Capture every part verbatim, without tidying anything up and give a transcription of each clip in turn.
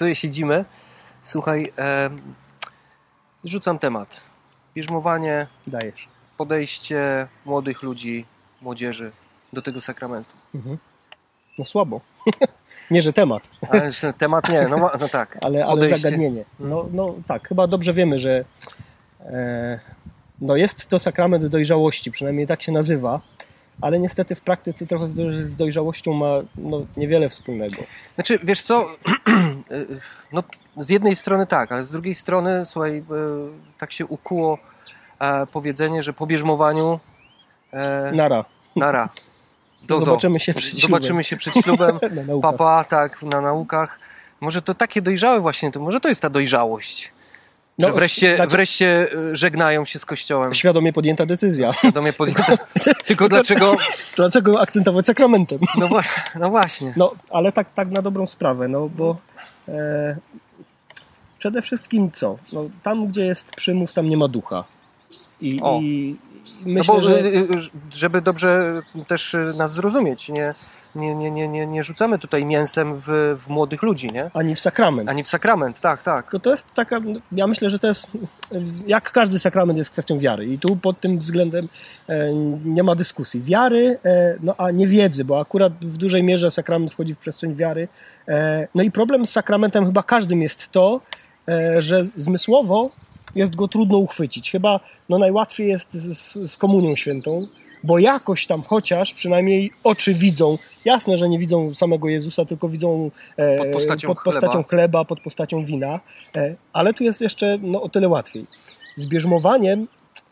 sobie siedzimy. Słuchaj, e, rzucam temat. Bierzmowanie, Dajesz. podejście młodych ludzi, młodzieży do tego sakramentu. Mhm. No słabo. Nie, że temat. Ale temat nie, no, no tak. Ale, ale zagadnienie. No, no tak, chyba dobrze wiemy, że e, no jest to sakrament dojrzałości, przynajmniej tak się nazywa, ale niestety w praktyce trochę z, do, z dojrzałością ma no, niewiele wspólnego. Znaczy, wiesz co, no z jednej strony tak, ale z drugiej strony, słuchaj, tak się ukuło e, powiedzenie, że po bierzmowaniu e, nara. Nara. Dozo. Zobaczymy się przed ślubem. Zobaczymy się przed ślubem. Papa, tak, na naukach. Może to takie dojrzałe właśnie, to może to jest ta dojrzałość. No, że wreszcie, znaczy, wreszcie żegnają się z Kościołem. Świadomie podjęta decyzja. Świadomie podjęta. Tylko, tylko dlaczego... Dlaczego akcentować sakramentem? No, no właśnie. No, ale tak, tak na dobrą sprawę, no bo e, przede wszystkim co? No, tam, gdzie jest przymus, tam nie ma ducha. I, i myślę, no bo, że... żeby dobrze też nas zrozumieć, nie... Nie, nie, nie, nie, nie rzucamy tutaj mięsem w, w młodych ludzi, nie? Ani w sakrament. Ani w sakrament, tak, tak. To, to jest taka, ja myślę, że to jest, jak każdy sakrament jest kwestią wiary i tu pod tym względem e, nie ma dyskusji. Wiary, e, no a nie wiedzy, bo akurat w dużej mierze sakrament wchodzi w przestrzeń wiary. E, no i problem z sakramentem chyba każdym jest to, e, że zmysłowo jest go trudno uchwycić. Chyba no, najłatwiej jest z, z komunią świętą, bo jakoś tam chociaż przynajmniej oczy widzą, jasne, że nie widzą samego Jezusa, tylko widzą e, pod postacią, pod postacią chleba. chleba, pod postacią wina, e, ale tu jest jeszcze no, o tyle łatwiej. Z bierzmowaniem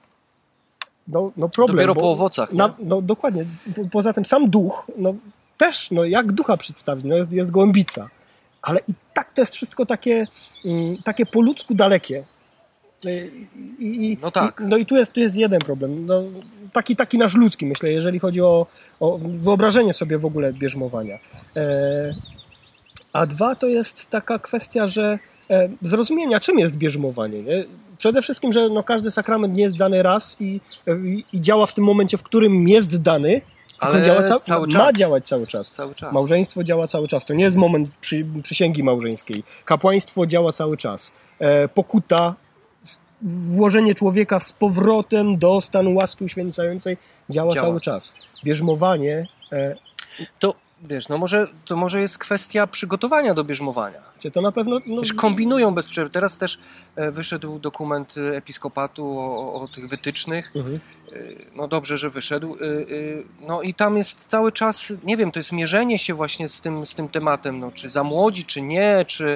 no, no problem. Dopiero bo, po owocach. Na, no dokładnie. Po, poza tym sam duch, no też, no jak ducha przedstawić, no jest, jest gołębica, ale i tak to jest wszystko takie, mm, takie po ludzku dalekie. I, i, no tak. I, no i tu jest, tu jest jeden problem. No, taki, taki nasz ludzki, myślę, jeżeli chodzi o, o wyobrażenie sobie w ogóle bierzmowania. E, a dwa to jest taka kwestia, że e, zrozumienia, czym jest bierzmowanie. Nie? Przede wszystkim, że no, każdy sakrament nie jest dany raz i, i, i działa w tym momencie, w którym jest dany, ale działa ca- cały ma czas. działać cały czas. cały czas. Małżeństwo działa cały czas. To nie jest moment przy, przysięgi małżeńskiej. Kapłaństwo działa cały czas. E, pokuta, włożenie człowieka z powrotem do stanu łaski uświęcającej działa, działa. cały czas. Bierzmowanie... E... To wiesz, no może, to może jest kwestia przygotowania do bierzmowania. To na pewno... No... Wiesz, kombinują bez przerwy. Teraz też wyszedł dokument episkopatu o, o, o tych wytycznych. Mhm. No dobrze, że wyszedł. No i tam jest cały czas, nie wiem, to jest mierzenie się właśnie z tym, z tym tematem, no, czy za młodzi, czy nie, czy...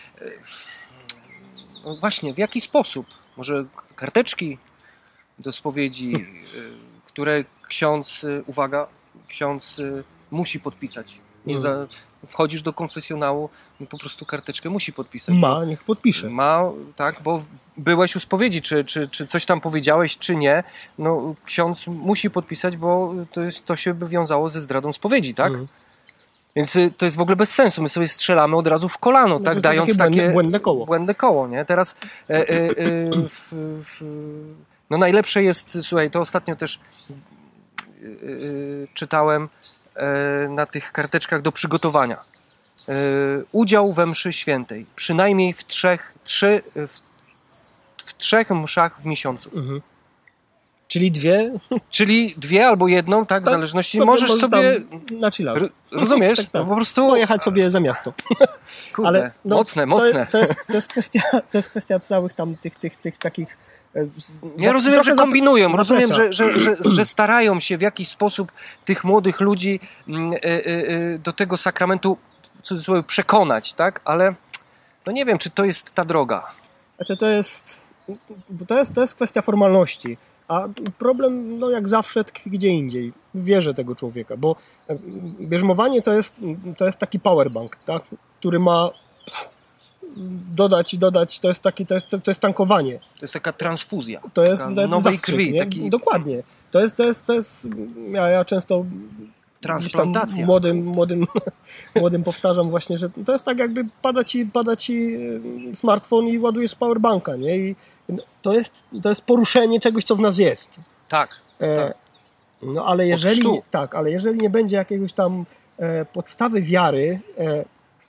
No właśnie, w jaki sposób? Może karteczki do spowiedzi, które ksiądz, uwaga, ksiądz musi podpisać. Nie za, wchodzisz do konfesjonału, po prostu karteczkę musi podpisać. Ma, niech podpisze. Ma, tak, bo byłeś u spowiedzi, czy, czy, czy coś tam powiedziałeś, czy nie. No, ksiądz musi podpisać, bo to, jest, to się by wiązało ze zdradą spowiedzi, tak? Mhm. Więc to jest w ogóle bez sensu. My sobie strzelamy od razu w kolano, no tak, dając takie, takie błędne koło. Błędne koło, nie? Teraz e, e, e, w, w, no najlepsze jest, słuchaj, to ostatnio też e, e, czytałem e, na tych karteczkach do przygotowania. E, udział we mszy świętej. Przynajmniej w trzech, trzy, w, w trzech mszach w miesiącu. Mhm. Czyli dwie? Czyli dwie albo jedną, tak, w tak, zależności. Sobie możesz sobie... Na chill out. Rozumiesz? Tak, tak. No po prostu... Pojechać sobie za miasto. Kurde, ale no, mocne, mocne. To, to, jest, to, jest kwestia, to jest kwestia całych tam tych, tych, tych takich... Ja za, rozumiem, że kombinują, rozumiem, że, że, że, że starają się w jakiś sposób tych młodych ludzi y, y, y, do tego sakramentu w cudzysłowie przekonać, tak? Ale no nie wiem, czy to jest ta droga. Znaczy to jest... To jest, to jest kwestia formalności. A problem, no jak zawsze, tkwi gdzie indziej, w wierze tego człowieka, bo bierzmowanie to jest, to jest taki powerbank, tak? Który ma dodać i dodać, to jest, taki, to, jest, to jest tankowanie. To jest taka transfuzja. To jest taka nowej zastrzyk, krwi. Taki... Dokładnie. To jest, to jest, to jest ja, ja często transplantacja. Młodym, młodym, młodym powtarzam właśnie, że to jest tak jakby pada ci, pada ci smartfon i ładujesz z powerbanka, nie? I To jest, to jest poruszenie czegoś, co w nas jest. Tak. E, tak. No ale jeżeli, tak, ale jeżeli nie będzie jakiegoś tam e, podstawy wiary, e,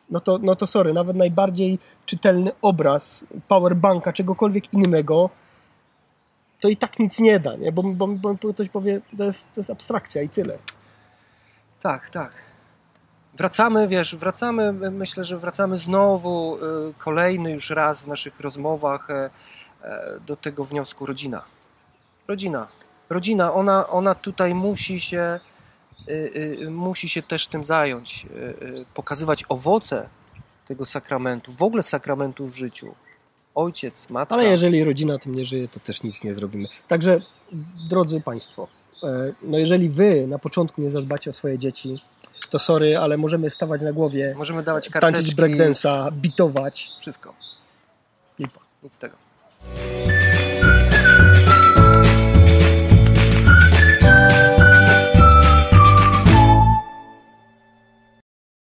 no to, no to sorry, nawet najbardziej czytelny obraz powerbanka, czegokolwiek innego, to i tak nic nie da, nie? Bo, bo, bo ktoś powie, to jest, to jest abstrakcja i tyle. Tak, tak. Wracamy, wiesz, wracamy, myślę, że wracamy znowu kolejny już raz w naszych rozmowach do tego wniosku rodzina. Rodzina. Rodzina, ona, ona tutaj musi się, musi się też tym zająć, pokazywać owoce tego sakramentu, w ogóle sakramentu w życiu. Ojciec, matka. Ale jeżeli rodzina tym nie żyje, to też nic nie zrobimy. Także, drodzy Państwo, no jeżeli Wy na początku nie zadbacie o swoje dzieci, to sorry, ale możemy stawać na głowie, możemy dawać karteczki, tańczyć breakdance'a, bitować. Wszystko. Lipa. Nic z tego.